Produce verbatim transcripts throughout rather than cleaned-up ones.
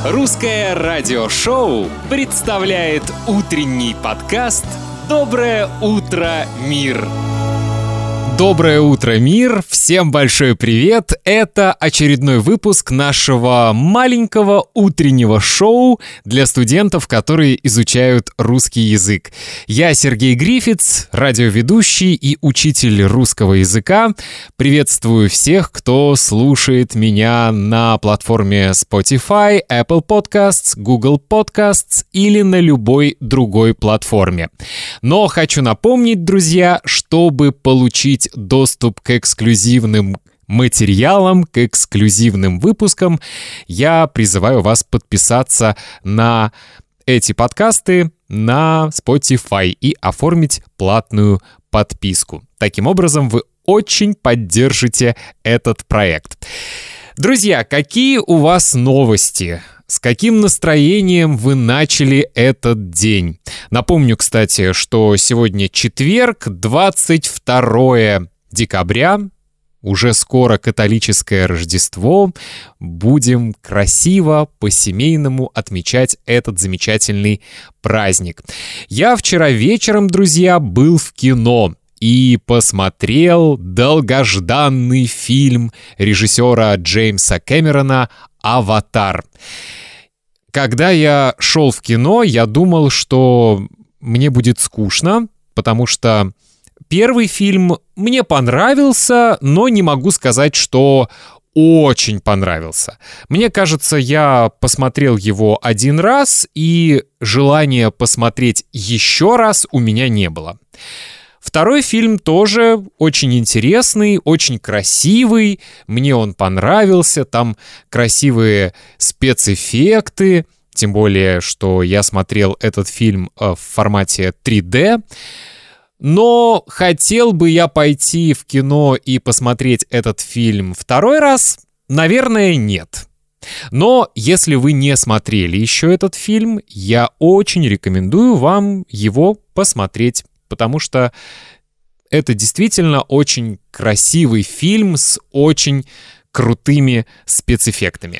Русское радиошоу представляет утренний подкаст «Доброе утро, мир». Доброе утро, мир! Всем большой привет! Это очередной выпуск нашего маленького утреннего шоу для студентов, которые изучают русский язык. Я Сергей Грифиц, радиоведущий и учитель русского языка. Приветствую всех, кто слушает меня на платформе Spotify, Apple Podcasts, Google Podcasts или на любой другой платформе. Но хочу напомнить, друзья, чтобы получить доступ к эксклюзивным материалам, к эксклюзивным выпускам, я призываю вас подписаться на эти подкасты на Spotify и оформить платную подписку. Таким образом, вы очень поддержите этот проект. Друзья, какие у вас новости? С каким настроением вы начали этот день? Напомню, кстати, что сегодня четверг, двадцать второе декабря, уже скоро католическое Рождество. Будем красиво, по-семейному отмечать этот замечательный праздник. Я вчера вечером, друзья, был в кино и посмотрел долгожданный фильм режиссера Джеймса Кэмерона «Аватар». Когда я шел в кино, я думал, что мне будет скучно, потому что первый фильм мне понравился, но не могу сказать, что очень понравился. Мне кажется, я посмотрел его один раз, и желания посмотреть еще раз у меня не было. Второй фильм тоже очень интересный, очень красивый. Мне он понравился. Там красивые спецэффекты. Тем более, что я смотрел этот фильм в формате три дэ. Но хотел бы я пойти в кино и посмотреть этот фильм второй раз? Наверное, нет. Но если вы не смотрели еще этот фильм, я очень рекомендую вам его посмотреть. Потому что это действительно очень красивый фильм с очень крутыми спецэффектами.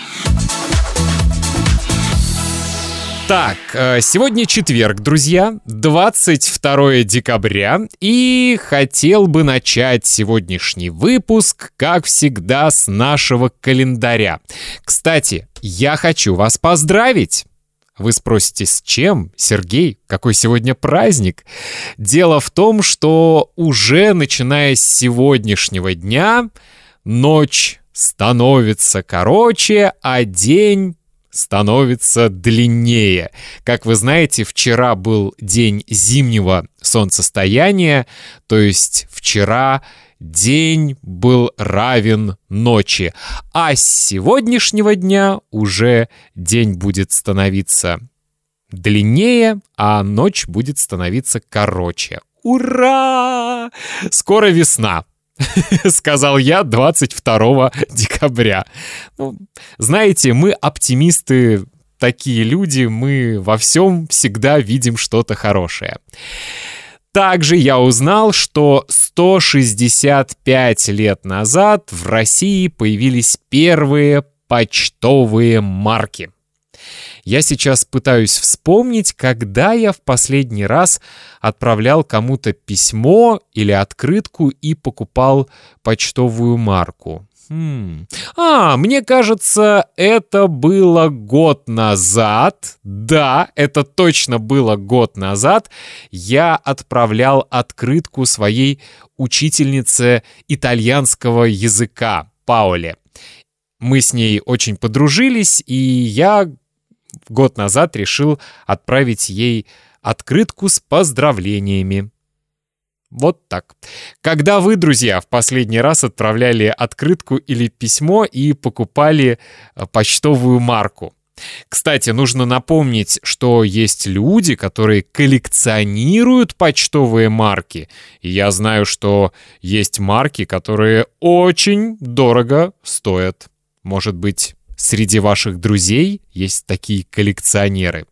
Так, сегодня четверг, друзья, двадцать второе декабря, и хотел бы начать сегодняшний выпуск, как всегда, с нашего календаря. Кстати, я хочу вас поздравить. Вы спросите, с чем, Сергей? Какой сегодня праздник? Дело в том, что уже начиная с сегодняшнего дня ночь становится короче, а день становится длиннее. Как вы знаете, вчера был день зимнего солнцестояния, то есть вчера день был равен ночи, а с сегодняшнего дня уже день будет становиться длиннее, а ночь будет становиться короче. Ура! Скоро весна, сказал я двадцать второго декабря. Ну, знаете, мы оптимисты, такие люди, мы во всем всегда видим что-то хорошее. Также я узнал, что сто шестьдесят пять лет назад в России появились первые почтовые марки. Я сейчас пытаюсь вспомнить, когда я в последний раз отправлял кому-то письмо или открытку и покупал почтовую марку. Хм. А, мне кажется, это было год назад. Да, это точно было год назад. Я отправлял открытку своей учительнице итальянского языка Паоле. Мы с ней очень подружились, и я год назад решил отправить ей открытку с поздравлениями. Вот так. Когда вы, друзья, в последний раз отправляли открытку или письмо и покупали почтовую марку? Кстати, нужно напомнить, что есть люди, которые коллекционируют почтовые марки. И я знаю, что есть марки, которые очень дорого стоят. Может быть, среди ваших друзей есть такие коллекционеры?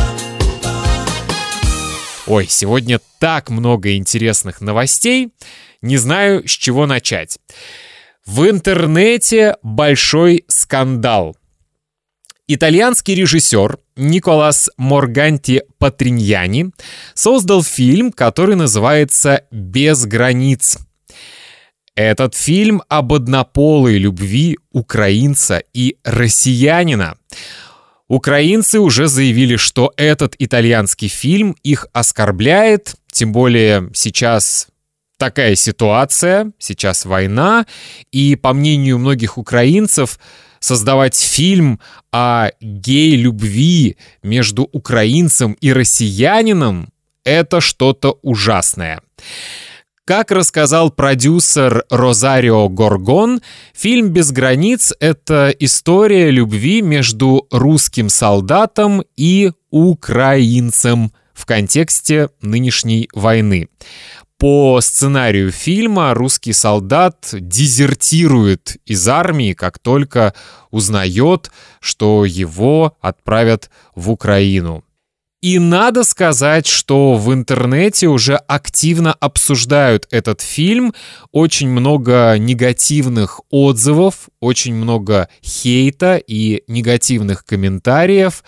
Ой, сегодня так много интересных новостей. Не знаю, с чего начать. В интернете большой скандал. Итальянский режиссер Николас Морганти Патриньяни создал фильм, который называется «Без границ». Этот фильм об однополой любви украинца и россиянина. Украинцы уже заявили, что этот итальянский фильм их оскорбляет, тем более сейчас такая ситуация, сейчас война, и, по мнению многих украинцев, создавать фильм о гей-любви между украинцем и россиянином — это что-то ужасное. Как рассказал продюсер Розарио Горгон, фильм «Без границ» — это история любви между русским солдатом и украинцем в контексте нынешней войны. По сценарию фильма русский солдат дезертирует из армии, как только узнает, что его отправят в Украину. И надо сказать, что в интернете уже активно обсуждают этот фильм. Очень много негативных отзывов, очень много хейта и негативных комментариев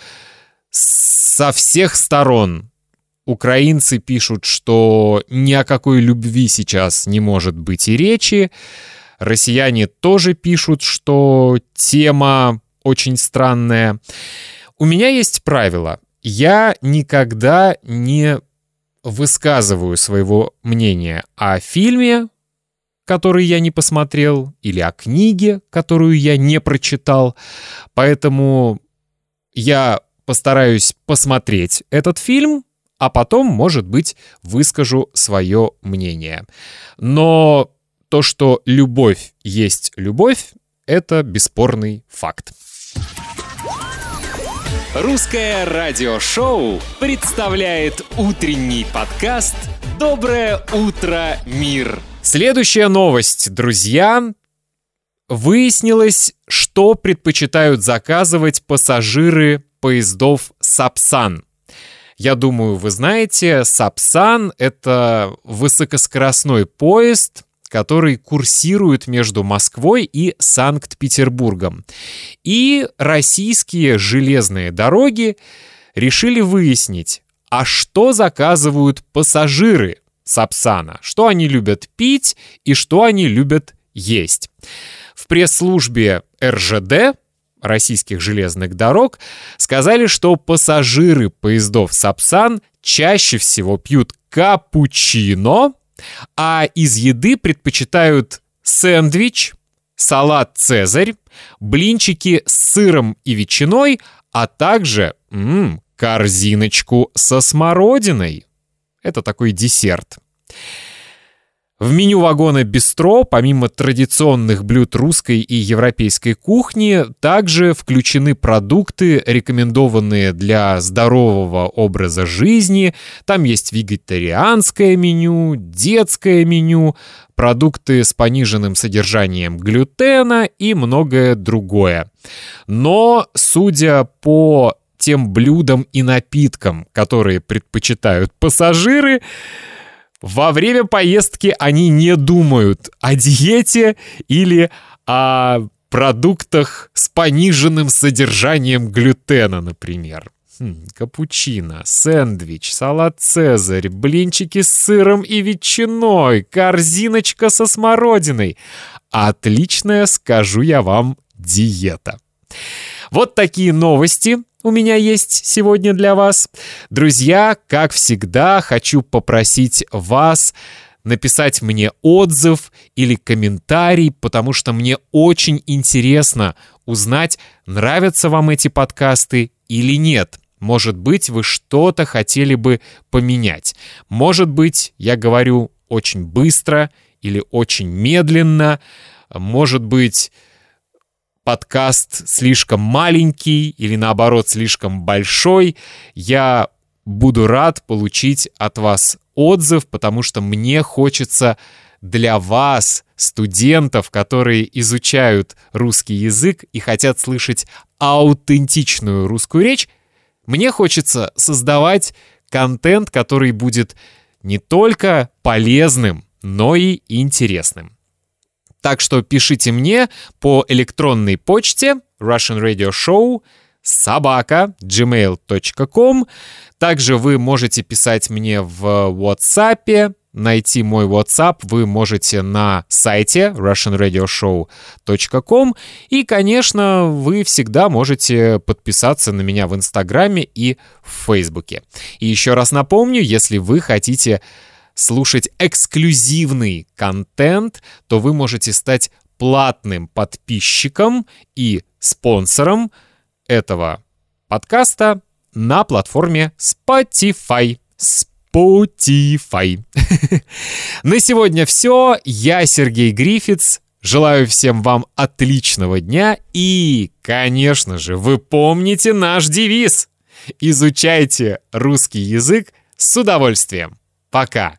со всех сторон. Украинцы пишут, что ни о какой любви сейчас не может быть и речи. Россияне тоже пишут, что тема очень странная. У меня есть правило. Я никогда не высказываю своего мнения о фильме, который я не посмотрел, или о книге, которую я не прочитал. Поэтому я постараюсь посмотреть этот фильм, а потом, может быть, выскажу свое мнение. Но то, что любовь есть любовь, это бесспорный факт. Русское радиошоу представляет утренний подкаст «Доброе утро, мир». Следующая новость, друзья. Выяснилось, что предпочитают заказывать пассажиры поездов «Сапсан». Я думаю, вы знаете, «Сапсан» — это высокоскоростной поезд, который курсирует между Москвой и Санкт-Петербургом. И российские железные дороги решили выяснить, а что заказывают пассажиры «Сапсана», что они любят пить и что они любят есть. В пресс-службе эр жэ дэ, российских железных дорог, сказали, что пассажиры поездов «Сапсан» чаще всего пьют капучино, а из еды предпочитают сэндвич, салат «Цезарь», блинчики с сыром и ветчиной, а также м-м, корзиночку со смородиной. Это такой десерт. В меню вагона «Бистро» помимо традиционных блюд русской и европейской кухни также включены продукты, рекомендованные для здорового образа жизни. Там есть вегетарианское меню, детское меню, продукты с пониженным содержанием глютена и многое другое. Но, судя по тем блюдам и напиткам, которые предпочитают пассажиры, во время поездки они не думают о диете или о продуктах с пониженным содержанием глютена, например. Хм, капучино, сэндвич, салат «Цезарь», блинчики с сыром и ветчиной, корзиночка со смородиной. Отличная, скажу я вам, диета. Вот такие новости у меня есть сегодня для вас. Друзья, как всегда, хочу попросить вас написать мне отзыв или комментарий, потому что мне очень интересно узнать, нравятся вам эти подкасты или нет. Может быть, вы что-то хотели бы поменять. Может быть, я говорю очень быстро или очень медленно. Может быть, подкаст слишком маленький или, наоборот, слишком большой. Я буду рад получить от вас отзыв, потому что мне хочется для вас, студентов, которые изучают русский язык и хотят слышать аутентичную русскую речь, мне хочется создавать контент, который будет не только полезным, но и интересным. Так что пишите мне по электронной почте russian radio show собака джи мейл точка ком. Также вы можете писать мне в WhatsApp. Найти мой WhatsApp вы можете на сайте russian radio show точка ком. И, конечно, вы всегда можете подписаться на меня в Инстаграме и в Фейсбуке. И еще раз напомню, если вы хотите слушать эксклюзивный контент, то вы можете стать платным подписчиком и спонсором этого подкаста на платформе Spotify. Spotify. На сегодня все. Я Сергей Грифиц. Желаю всем вам отличного дня. И, конечно же, вы помните наш девиз. Изучайте русский язык с удовольствием. Пока.